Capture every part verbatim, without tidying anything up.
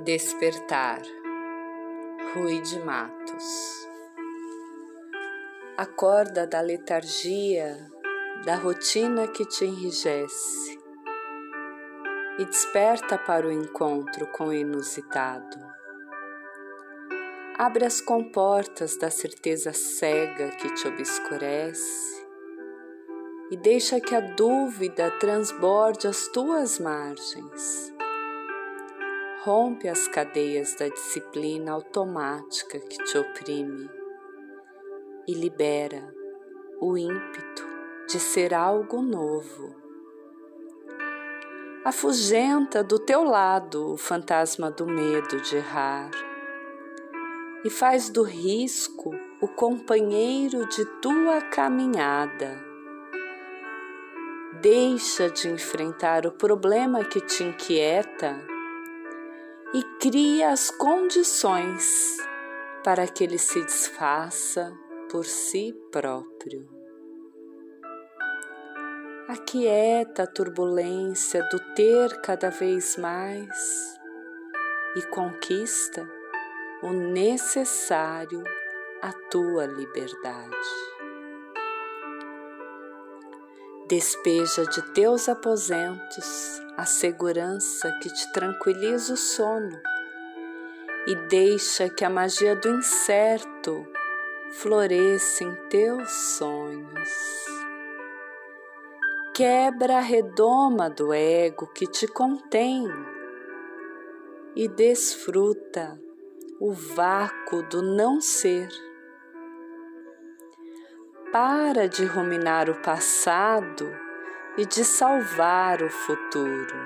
Despertar, Rui de Matos. Acorda da letargia, da rotina que te enrijece e desperta para o encontro com o inusitado. Abre as comportas da certeza cega que te obscurece e deixa que a dúvida transborde as tuas margens. Rompe as cadeias da disciplina automática que te oprime e libera o ímpeto de ser algo novo. Afugenta do teu lado o fantasma do medo de errar e faz do risco o companheiro de tua caminhada. Deixa de enfrentar o problema que te inquieta e cria as condições para que ele se desfaça por si próprio. Aquieta a turbulência do ter cada vez mais e conquista o necessário à tua liberdade. Despeja de teus aposentos a segurança que te tranquiliza o sono e deixa que a magia do incerto floresça em teus sonhos. Quebra a redoma do ego que te contém e desfruta o vácuo do não ser. Para de ruminar o passado e de salvar o futuro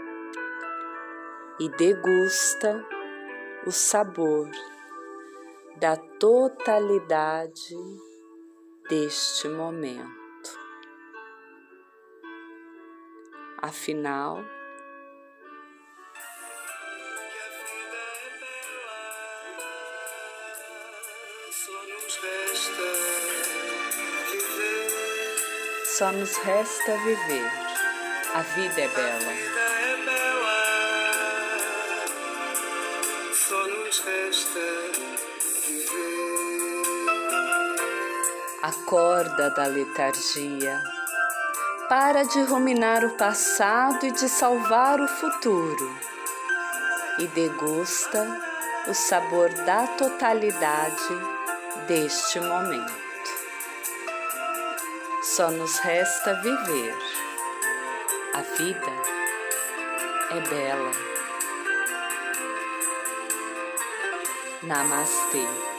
e degusta o sabor da totalidade deste momento. Afinal, só nos resta viver. A vida é bela. Só nos resta viver. Acorda da letargia. Para de ruminar o passado e de salvar o futuro. E degusta o sabor da totalidade deste momento. Só nos resta viver. A vida é bela. Namastê.